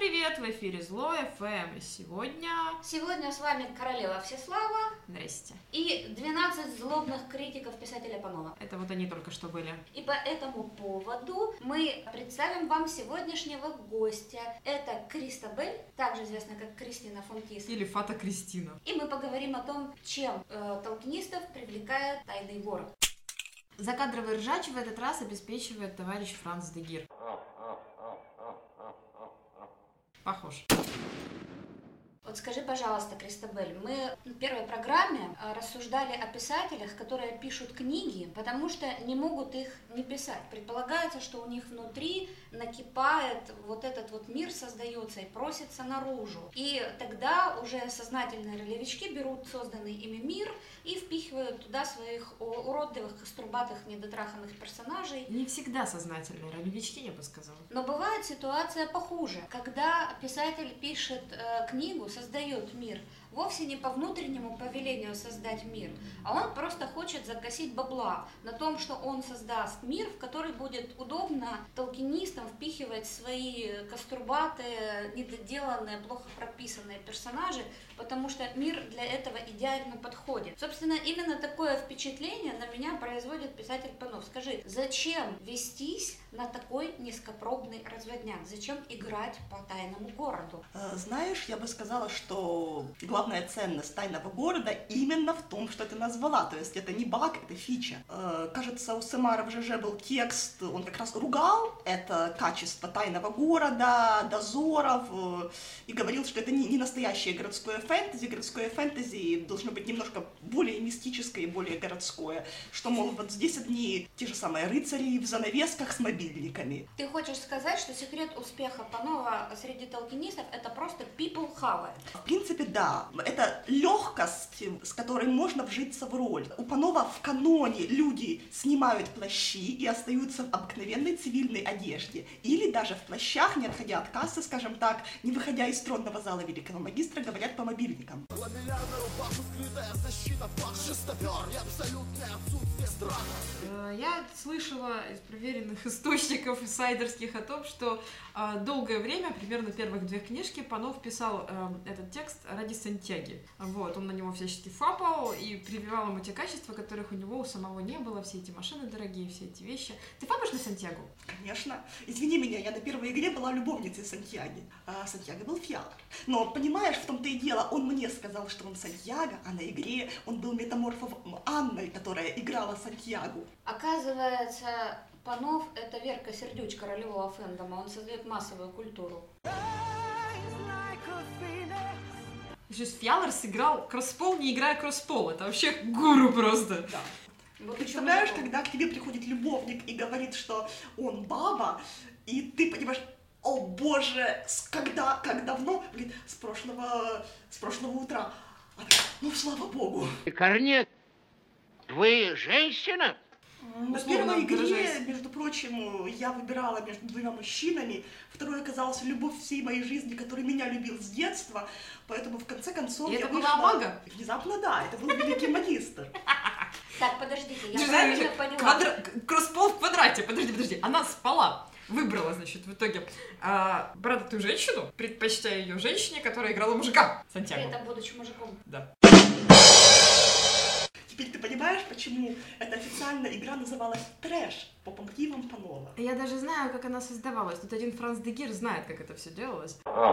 привет! В эфире Зло ФМ. И сегодня с вами Королева Всеслава. Здрасте. И 12 злобных критиков писателя Панова. Это вот они только что были. И по этому поводу мы представим вам сегодняшнего гостя. Это Кристабель, также известная как Кристина фон Кис. Или Фата Кристина. И мы поговорим о том, чем толкинистов привлекает тайный город. Закадровый ржач в этот раз обеспечивает товарищ Франц де Гир. Похож. Вот скажи, пожалуйста, Кристабель, мы в первой программе рассуждали о писателях, которые пишут книги, потому что не могут их не писать. Предполагается, что у них внутри накипает вот этот вот мир, создается и просится наружу. И тогда уже сознательные ролевички берут созданный ими мир и впихивают туда своих уродливых, кострубатых, недотраханных персонажей. Не всегда сознательные ролевички, я бы сказала. Но бывает ситуация похуже, когда писатель пишет книгу, создает мир, вовсе не по внутреннему повелению создать мир, а он просто хочет закосить бабла на том, что он создаст мир, в который будет удобно толкинистам впихивать свои кострубатые, недоделанные, плохо прописанные персонажи, потому что мир для этого идеально подходит. Собственно, именно такое впечатление на меня производит писатель Панов. Скажи, зачем вестись на такой низкопробный разводняк? Зачем играть по тайному городу? Знаешь, я бы сказала, что главная ценность тайного города именно в том, что ты назвала. То есть это не баг, это фича. Кажется, у Сэмара в ЖЖ был текст, он как раз ругал это качество тайного города, дозоров, и говорил, что это не настоящее городское фэнтези. Городское фэнтези должно быть немножко более мистическое и более городское. Что, мол, вот здесь одни те же самые рыцари в занавесках с мобильниками. Ты хочешь сказать, что секрет успеха Панова среди толкинистов — это просто people have it? В принципе, да. Это легкость, с которой можно вжиться в роль. У Панова в каноне люди снимают плащи и остаются в обыкновенной цивильной одежде. Или даже в плащах, не отходя от кассы, скажем так, не выходя из тронного зала великого магистра, говорят по мобильникам. Я слышала из проверенных источников сайдерских о том, что долгое время, примерно первых 2 книжки, Панов писал этот текст ради Сантьяги. Вот, он на него всячески фапал и прививал ему те качества, которых у него у самого не было, все эти машины дорогие, все эти вещи. Ты фапаешь на Сантьягу? Конечно. Извини меня, я на первой игре была любовницей Сантьяги, а Сантьяго был фиалр. Но, понимаешь, в том-то и дело, он мне сказал, что он Сантьяго, а на игре он был метаморфом Анной, которая играла Сантьягу. Оказывается, Панов — это Верка Сердючка ролевого фэндома, он создает массовую культуру. Сейчас Фиалр сыграл кросспол, не играя кросспол. Это вообще гуру просто. Да. Представляешь, когда к тебе приходит любовник и говорит, что он баба, и ты понимаешь, о боже, как давно? Говорит, с прошлого утра. А так, ну, слава богу. Корнет, вы женщина? На первой игре, между прочим, я выбирала между 2 мужчинами, второй оказался любовь всей моей жизни, который меня любил с детства, поэтому в конце концов и я это вышла... была мага? Внезапно, да, это был великий магистр. Так, подождите, я правильно поняла? Кросспол в квадрате, подожди. Она спала. Выбрала, значит, в итоге бородатую женщину, предпочитая ее женщине, которая играла мужика. Сантьяго. Это будучи мужиком. Да. Теперь ты понимаешь, почему эта официальная игра называлась «Трэш» по мотивам Панова? Я даже знаю, как она создавалась. Тут один Франц де Гир знает, как это все делалось.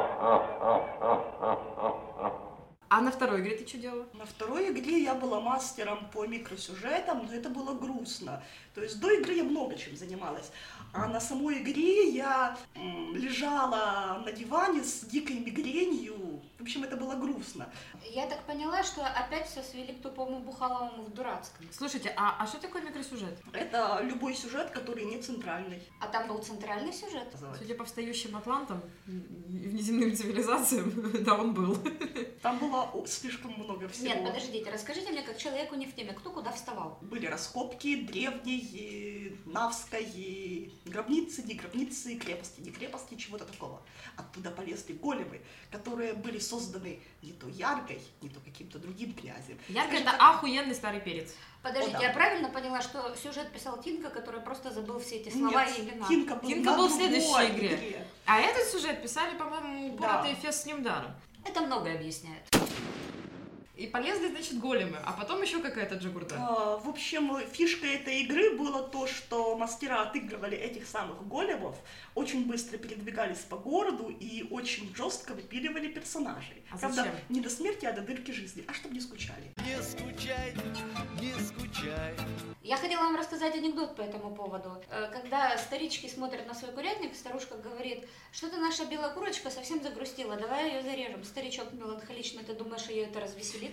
А на второй игре ты что делала? На второй игре я была мастером по микросюжетам, но это было грустно. То есть до игры я много чем занималась. А на самой игре я лежала на диване с дикой мигренью. В общем, это было грустно. Я так поняла, что опять все свели к тупому Бухаловому в дурацком. Слушайте, а что такое микросюжет? Это любой сюжет, который не центральный. А там был центральный сюжет? Судя по встающим атлантам и внеземным цивилизациям, да, он был. Там было слишком много всего. Нет, подождите, расскажите мне, как человеку не в теме, кто куда вставал? Были раскопки древней, навской, гробницы, не гробницы, крепости, не крепости, чего-то такого. Оттуда полезли големы, которые были созданы не то Яргой, не то каким-то другим князем. Ярго — это охуенный старый перец. Подождите, О, да. Я правильно поняла, что сюжет писал Тинка, который просто забыл все эти слова Нет, и имена? Тинка был в следующей игре. А этот сюжет писали, по-моему, упоротый Да. Эфес с Нимдаром. Это многое объясняет. И полезли, значит, големы, а потом еще какая-то джигурда. В общем, фишкой этой игры было то, что мастера отыгрывали этих самых големов, очень быстро передвигались по городу и очень жестко выпиливали персонажей. А Правда, зачем? не до смерти, а до дырки жизни, а чтобы не скучали. Не скучай, не скучай. Я хотела вам рассказать анекдот по этому поводу. Когда старички смотрят на свой курятник, старушка говорит, что-то наша белая курочка совсем загрустила, давай ее зарежем. Старичок меланхолично, ты думаешь, ее это развеселит?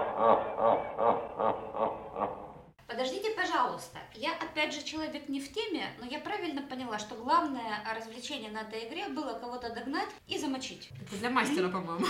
Подождите, пожалуйста, я опять же человек не в теме, но я правильно поняла, что главное развлечение на этой игре было кого-то догнать и замочить. Это для мастера, по-моему.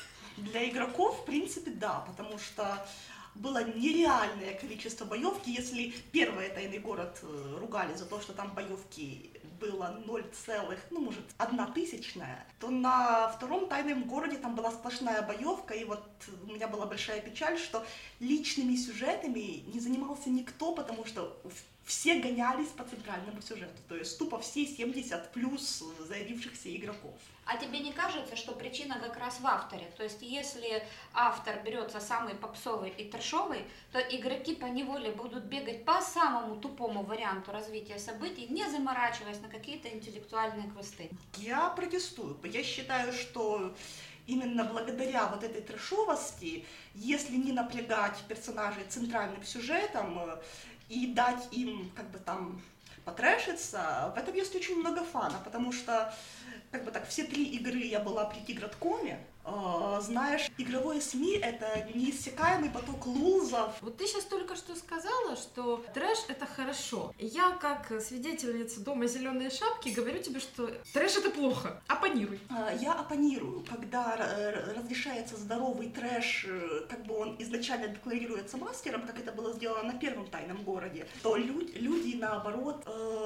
Для игроков, в принципе, да, потому что было нереальное количество боевки. Если первый тайный город ругали за то, что там боевки было 0, ну, может, 1/1000, то на втором тайном городе там была сплошная боевка, и вот у меня была большая печаль, что личными сюжетами не занимался никто, потому что все гонялись по центральному сюжету, то есть тупо все 70 плюс заявившихся игроков. А тебе не кажется, что причина как раз в авторе? То есть если автор берется самый попсовый и трэшовый, то игроки поневоле будут бегать по самому тупому варианту развития событий, не заморачиваясь на какие-то интеллектуальные квесты. Я протестую. Я считаю, что именно благодаря вот этой трэшовости, если не напрягать персонажей центральным сюжетом и дать им как бы там потрэшиться, в этом есть очень много фана, потому что как бы так, все 3 игры я была при Тиграткоме. Знаешь, игровое СМИ — это неиссякаемый поток лузов. Вот ты сейчас только что сказала, что трэш — это хорошо. Я, как свидетельница Дома зеленые шапки, говорю тебе, что трэш — это плохо. Оппонируй. Я оппонирую, когда разрешается здоровый трэш, как бы он изначально декларируется мастером, как это было сделано на первом тайном городе, то люди наоборот,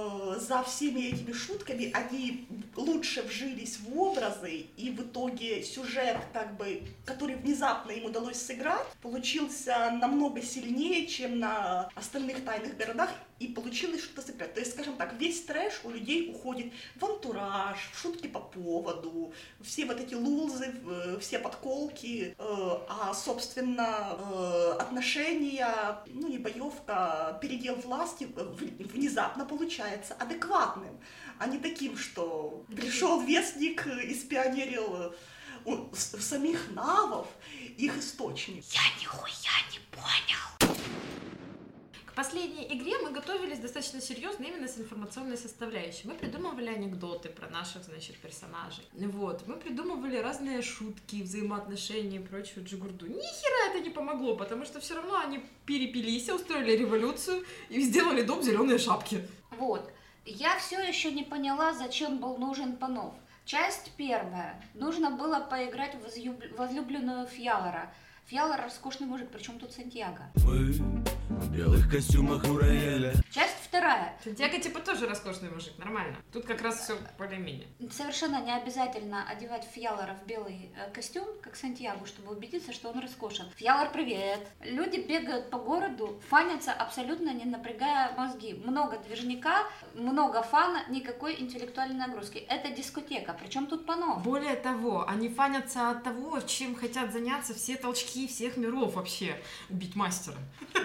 за всеми этими шутками, они лучше вжились в образы, и в итоге сюжет, как бы, который внезапно им удалось сыграть, получился намного сильнее, чем на остальных тайных городах, и получилось что-то сыграть. То есть, скажем так, весь трэш у людей уходит в антураж, в шутки по поводу, все вот эти лузы, все подколки, а, собственно, отношения, ну, не боевка, передел власти внезапно получается адекватным, а не таким, что пришел вестник и спионерил самих навов, их источник. Я нихуя не понял. К последней игре мы готовились достаточно серьезно именно с информационной составляющей. Мы придумывали анекдоты про наших, значит, персонажей. Вот. Мы придумывали разные шутки, взаимоотношения и прочую джигурду. Ни хера это не помогло, потому что все равно они перепились, устроили революцию и сделали дом зеленые шапки. Вот. Я все еще не поняла, зачем был нужен Панов. Часть первая. Нужно было поиграть в возлюбленную Фьялора. Фьялор роскошный мужик, причем тут Сантьяго. Мы в белых костюмах у рояля. Часть вторая. Сантьяго типа тоже роскошный мужик, нормально. Тут как раз все более-менее. Совершенно не обязательно одевать Фьялора в белый костюм, как Сантьяго, чтобы убедиться, что он роскошен. Фьялор, привет! Люди бегают по городу, фанятся, абсолютно не напрягая мозги. Много движняка, много фана, никакой интеллектуальной нагрузки. Это дискотека, причем тут Панов. Более того, они фанятся от того, чем хотят заняться все толчки всех миров вообще. Убить мастера.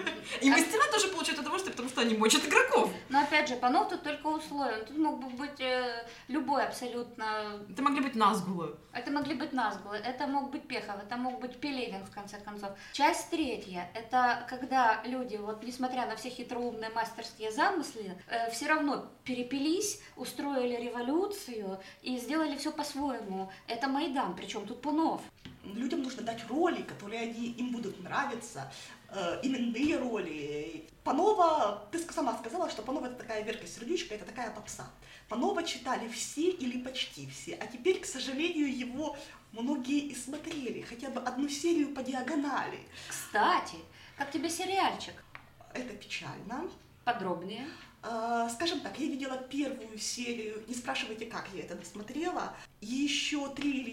И мастера тоже получают удовольствие, потому что они мочат игроков. Но опять же, Панов тут только условен. Тут мог бы быть любой абсолютно... Это могли быть Назгулы. Это могли быть Назгулы, это мог быть Пехов, это мог быть Пелевин, в конце концов. Часть третья, это когда люди, вот несмотря на все хитроумные мастерские замыслы, все равно перепились, устроили революцию и сделали все по-своему. Это Майдан, причем тут Панов. Людям нужно дать роли, которые им будут нравиться, именные роли. Панова, ты сама сказала, что Панова — это такая Верка-Сердючка, это такая попса. Панова читали все или почти все, а теперь, к сожалению, его многие и смотрели, хотя бы одну серию по диагонали. Кстати, как тебе сериальчик? Это печально. Подробнее. Скажем так, я видела первую серию, не спрашивайте, как я это досмотрела, еще 3 или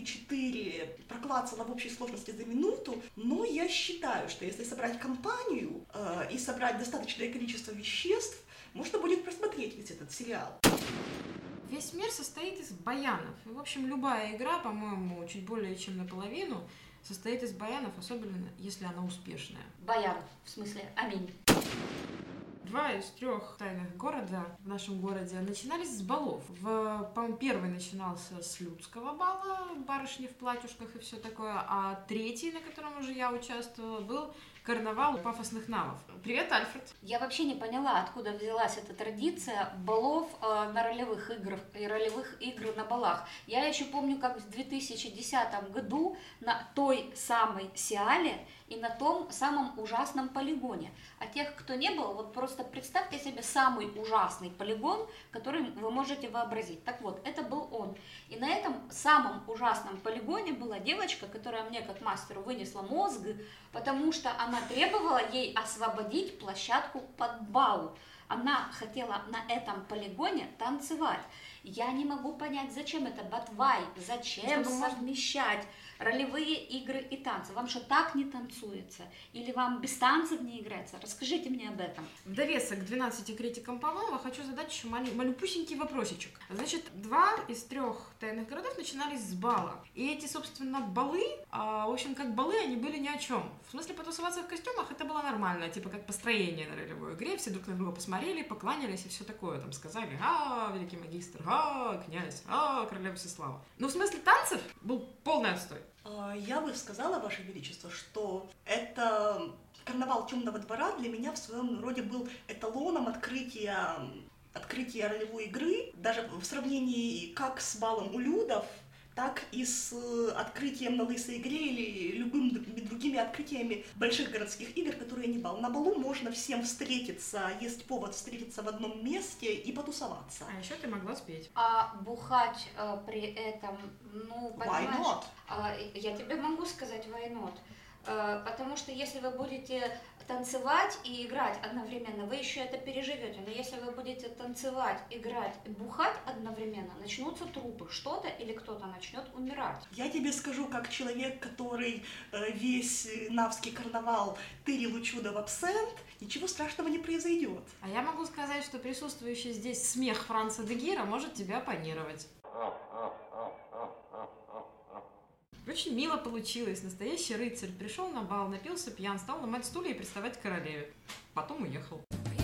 4 проклацала в общей сложности за минуту, но я считаю, что если собрать компанию и собрать достаточное количество веществ, можно будет просмотреть весь этот сериал. Весь мир состоит из баянов. И, в общем, любая игра, по-моему, чуть более чем наполовину, состоит из баянов, особенно если она успешная. Баян, в смысле, аминь. 2 из 3 тайных города в нашем городе начинались с балов. По-моему, первый начинался с людского бала, барышни в платьюшках и все такое, а третий, на котором уже я участвовала, был карнавал пафосных навов. Привет, Альфред. Я вообще не поняла, откуда взялась эта традиция балов на ролевых играх и ролевых игр на балах. Я еще помню, как в 2010 году на той самой Сиале и на том самом ужасном полигоне. А тех, кто не был, вот просто представьте себе самый ужасный полигон, который вы можете вообразить. Так вот, это был он. И на этом самом ужасном полигоне была девочка, которая мне как мастеру вынесла мозг, потому что она требовала ей освободить площадку под бал. Она хотела на этом полигоне танцевать. Я не могу понять, зачем это ботвай, зачем совмещать ролевые игры и танцы. Вам что, так не танцуется? Или вам без танцев не играется? Расскажите мне об этом. В довесок к 12 критикам Павлова хочу задать еще малюпусенький вопросичек. Значит, 2 из 3 тайных городов начинались с бала. И эти, собственно, балы, в общем, как балы, они были ни о чем. В смысле, потусоваться в костюмах это было нормально, типа как построение на ролевой игре. Все друг на друга посмотрели, покланялись и все такое. Там сказали: великий магистр, князь, королева Всеслава. Но в смысле танцев был полный отстой. Я бы сказала, Ваше Величество, что это карнавал Темного двора для меня в своем роде был эталоном открытия ролевой игры, даже в сравнении как с балом у людов, так и с открытием на Лысой игре или любыми другими открытиями больших городских игр, которые не бал. На балу можно всем встретиться, есть повод встретиться в одном месте и потусоваться. А еще ты могла спеть. А бухать при этом, понимаешь... Why not? Я тебе могу сказать why not. Потому что если вы будете танцевать и играть одновременно, вы еще это переживете. Но если вы будете танцевать, играть и бухать одновременно, начнутся трупы. Что-то или кто-то начнет умирать. Я тебе скажу, как человек, который весь Навский карнавал тырил у чуда в абсент, ничего страшного не произойдет. А я могу сказать, что присутствующий здесь смех Франца де Гира может тебя оппонировать. Очень мило получилось. Настоящий рыцарь пришел на бал, напился пьян, стал ломать стулья и приставать к королеве. Потом уехал.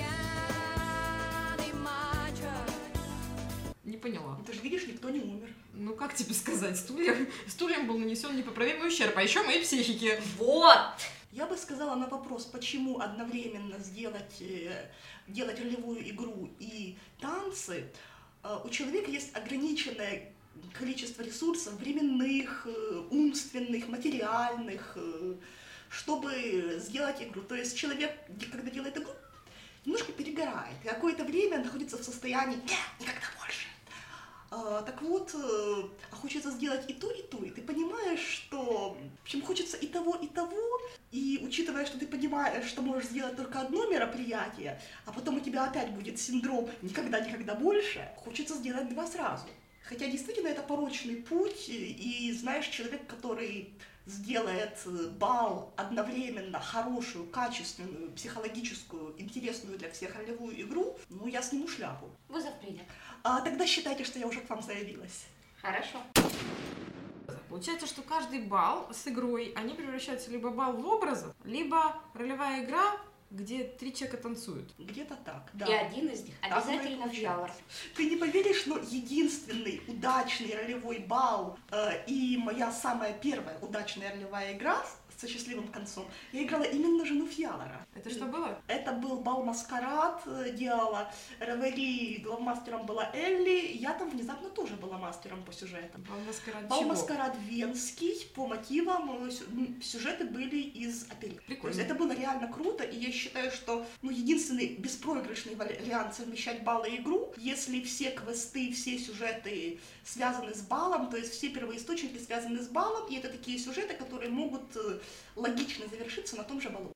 Не поняла. Ты же видишь, никто не умер. Ну как тебе сказать, стульям был нанесен непоправимый ущерб, а еще моей психике. Вот! Я бы сказала на вопрос, почему одновременно делать ролевую игру и танцы. У человека есть ограниченное количество ресурсов временных, умственных, материальных, чтобы сделать игру. То есть человек, когда делает игру, немножко перегорает, и какое-то время находится в состоянии «нет, никогда больше». Так вот, хочется сделать и то, и ты понимаешь, что в общем, хочется и того, и учитывая, что ты понимаешь, что можешь сделать только одно мероприятие, а потом у тебя опять будет синдром «никогда больше», хочется сделать 2 сразу. Хотя действительно это порочный путь, и знаешь, человек, который сделает бал одновременно хорошую, качественную, психологическую, интересную для всех ролевую игру, я сниму шляпу. Вызов принят. Тогда считайте, что я уже к вам заявилась. Хорошо. Получается, что каждый бал с игрой, они превращаются либо бал в образы, либо ролевая игра, где 3 человека танцуют. Где-то так, да. И один из них обязательно в Ялор. Ты не поверишь, но единственный удачный ролевой бал и моя самая первая удачная ролевая игра со счастливым концом, я играла именно жену Фьялора. Это что было? Это был бал-маскарад, делала Равели, главмастером была Элли, я там внезапно тоже была мастером по сюжетам. Бал-маскарад Бал-маскарад венский, по мотивам, сюжеты были из оперы. Прикольно. То есть это было реально круто, и я считаю, что единственный беспроигрышный вариант совмещать бал и игру, если все квесты, все сюжеты связаны с балом, то есть все первоисточники связаны с балом, и это такие сюжеты, которые могут логично завершиться на том же балу.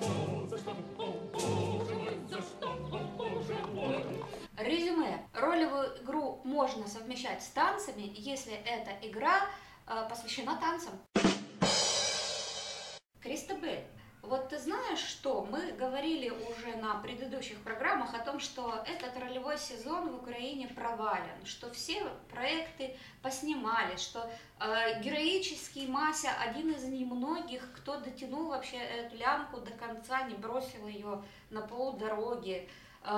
Резюме. Ролевую игру можно совмещать с танцами, если эта игра посвящена танцам. Кристобель, Вот ты знаешь что? Мы говорили уже на предыдущих программах о том, что этот ролевой сезон в Украине провален, что все проекты поснимали, что героический Мася один из немногих, кто дотянул вообще эту лямку до конца, не бросил ее на полдороги.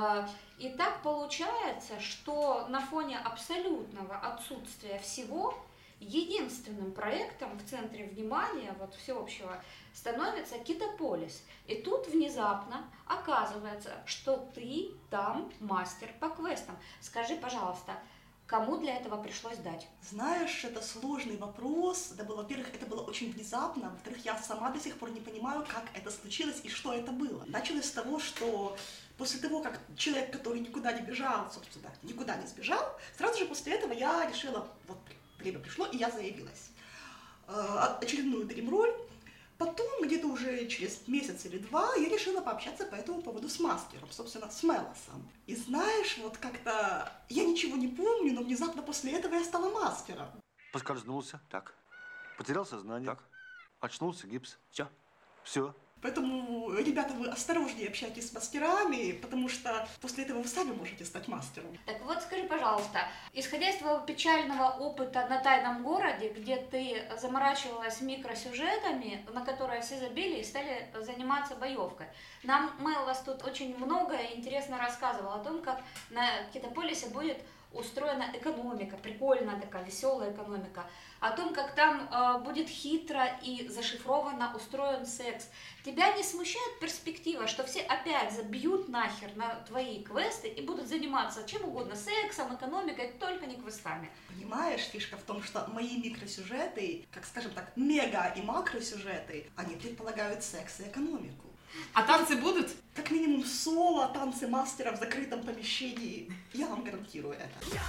И так получается, что на фоне абсолютного отсутствия всего единственным проектом в центре внимания вот всеобщего становится Китополис. И тут внезапно оказывается, что ты там мастер по квестам. Скажи, пожалуйста, кому для этого пришлось дать? Знаешь, это сложный вопрос. Это было, во-первых, это было очень внезапно. Во-вторых, я сама до сих пор не понимаю, как это случилось и что это было. Началось с того, что после того, как человек, который никуда не бежал, собственно, никуда не сбежал, сразу же после этого я решила, вот время пришло, и я заявилась. Очередную дрим-роль. Потом, где-то уже через месяц или два, я решила пообщаться по этому поводу с мастером, собственно, с Мелосом. И знаешь, вот как-то я ничего не помню, но внезапно после этого я стала мастером. Поскользнулся. Так. Потерял сознание. Так. Очнулся, гипс. Все. Все. Поэтому, ребята, вы осторожнее общайтесь с мастерами, потому что после этого вы сами можете стать мастером. Так вот, скажи, пожалуйста, исходя из твоего печального опыта на Тайном городе, где ты заморачивалась микросюжетами, на которые все забили и стали заниматься боевкой, нам Мелос тут очень многое интересно рассказывал о том, как на Китополисе будет устроена экономика, прикольная такая, веселая экономика, о том, как там будет хитро и зашифрованно устроен секс. Тебя не смущает перспектива, что все опять забьют нахер на твои квесты и будут заниматься чем угодно, сексом, экономикой, только не квестами? Понимаешь, фишка в том, что мои микросюжеты, как скажем так, мега и макросюжеты, они предполагают секс и экономику. А танцы будут? Как минимум соло, танцы мастера в закрытом помещении. Я вам гарантирую это.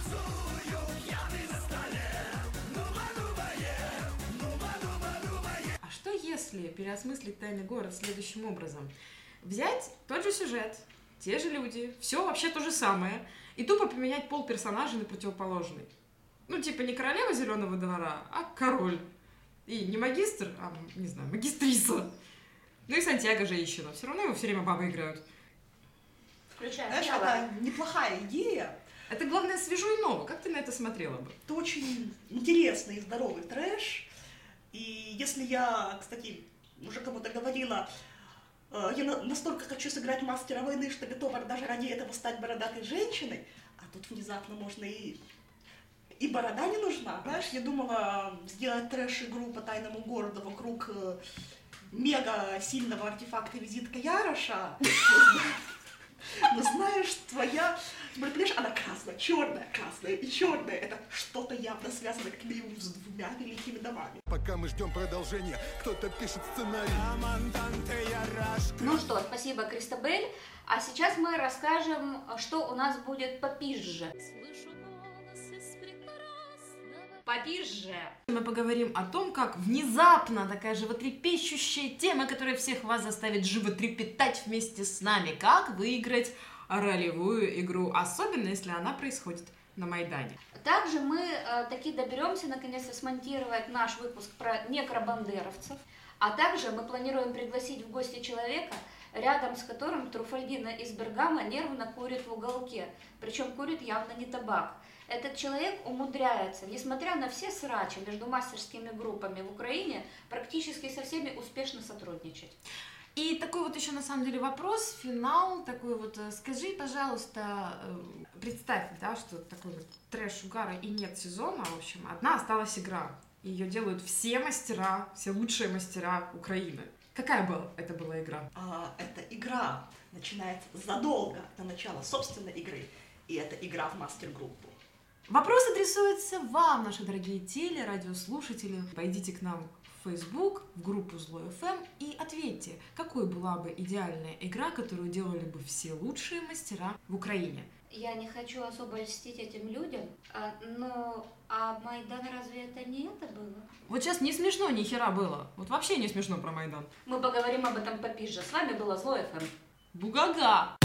А что если переосмыслить «Тайный город» следующим образом? Взять тот же сюжет, те же люди, все вообще то же самое, и тупо поменять пол персонажа на противоположный. Ну, типа не королева Зеленого двора, а король. И не магистр, а, не знаю, магистриса. Ну и Сантьяго женщина. Все равно его все время бабы играют. Включаем Знаешь, это неплохая идея. Это, главное, свежо и ново. Как ты на это смотрела бы? Это очень интересный и здоровый трэш. И если я, кстати, уже кому-то говорила, я настолько хочу сыграть мастера войны, что готова даже ради этого стать бородатой женщиной, а тут внезапно можно и борода не нужна. Знаешь, я думала сделать трэш-игру по Тайному городу вокруг мега сильного артефакта визитка Яроша. Но знаешь, твоя, понимаешь, она красная и черная. Это что-то явно связано как минимум с двумя великими домами. Пока мы ждем продолжения, кто-то пишет сценарий. Ну что, спасибо, Кристобель. А сейчас мы расскажем, что у нас будет попизже. Попизже. Мы поговорим о том, как внезапно такая животрепещущая тема, которая всех вас заставит животрепетать вместе с нами, как выиграть ролевую игру, особенно если она происходит на Майдане. Также мы таки доберемся наконец-то смонтировать наш выпуск про некробандеровцев, а также мы планируем пригласить в гости человека, рядом с которым Труфальдина из Бергама нервно курит в уголке, причем курит явно не табак. Этот человек умудряется, несмотря на все срачи между мастерскими группами в Украине, практически со всеми успешно сотрудничать. И такой вот еще на самом деле вопрос, финал такой вот, скажи, пожалуйста, представь, да, что такой вот трэш угара и нет сезона, в общем, одна осталась игра, ее делают все мастера, все лучшие мастера Украины. Какая это была игра? Эта игра начинается задолго до начала собственной игры, и это игра в мастер-группу. Вопрос адресуется вам, наши дорогие радиослушатели. Пойдите к нам в Facebook, в группу Злой FM и ответьте, какой была бы идеальная игра, которую делали бы все лучшие мастера в Украине. Я не хочу особо льстить этим людям, но Майдан разве это не это было? Вот сейчас не смешно ни хера было. Вот вообще не смешно про Майдан. Мы поговорим об этом попизже. С вами была Злой FM. Бугага!